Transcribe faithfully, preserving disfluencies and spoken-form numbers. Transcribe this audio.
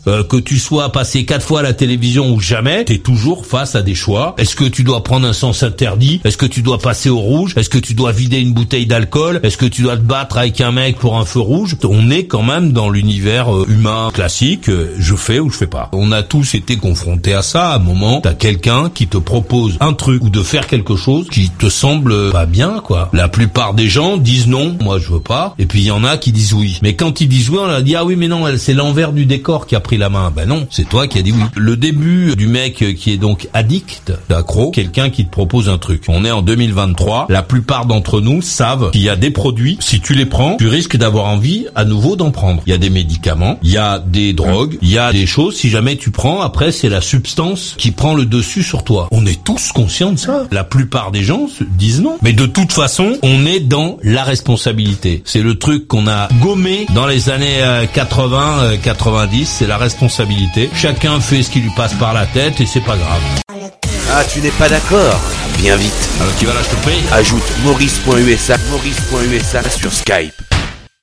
Euh, que tu sois passé quatre fois à la télévision ou jamais, t'es toujours face à des choix. Est-ce que tu dois prendre un sens interdit? Est-ce que tu dois passer au rouge? Est-ce que tu dois vider une bouteille d'alcool? Est-ce que tu dois te battre avec un mec pour un feu rouge? On est quand même dans l'univers euh, humain classique, euh, je fais ou je fais pas. On a tous été confrontés à ça. À un moment, t'as quelqu'un qui te propose un truc ou de faire quelque chose qui te semble pas bien, quoi. La plupart des gens disent non, moi je veux pas. Et puis il y en a qui disent oui. Mais quand ils disent oui, on leur dit ah oui mais non, c'est l'envers du décor qui a pris la main. Ben non, c'est toi qui as dit oui. Le début du mec qui est donc addict, accro, quelqu'un qui te propose un truc. On est en deux mille vingt-trois, la plupart d'entre nous savent qu'il y a des produits, si tu les prends, tu risques d'avoir envie à nouveau d'en prendre. Il y a des médicaments, il y a des drogues, il y a des choses, si jamais tu prends, après c'est la substance qui prend le dessus sur toi. On est tous conscients de ça. La plupart des gens se disent non. Mais de toute façon, on est dans la responsabilité. C'est le truc qu'on a gommé dans les années quatre-vingts, quatre-vingt-dix, c'est la responsabilité. Chacun fait ce qui lui passe par la tête et c'est pas grave. Ah, tu n'es pas d'accord? Viens vite. Alors tu vas là, je te prie. Ajoute maurice point u s a, maurice point u s a sur Skype.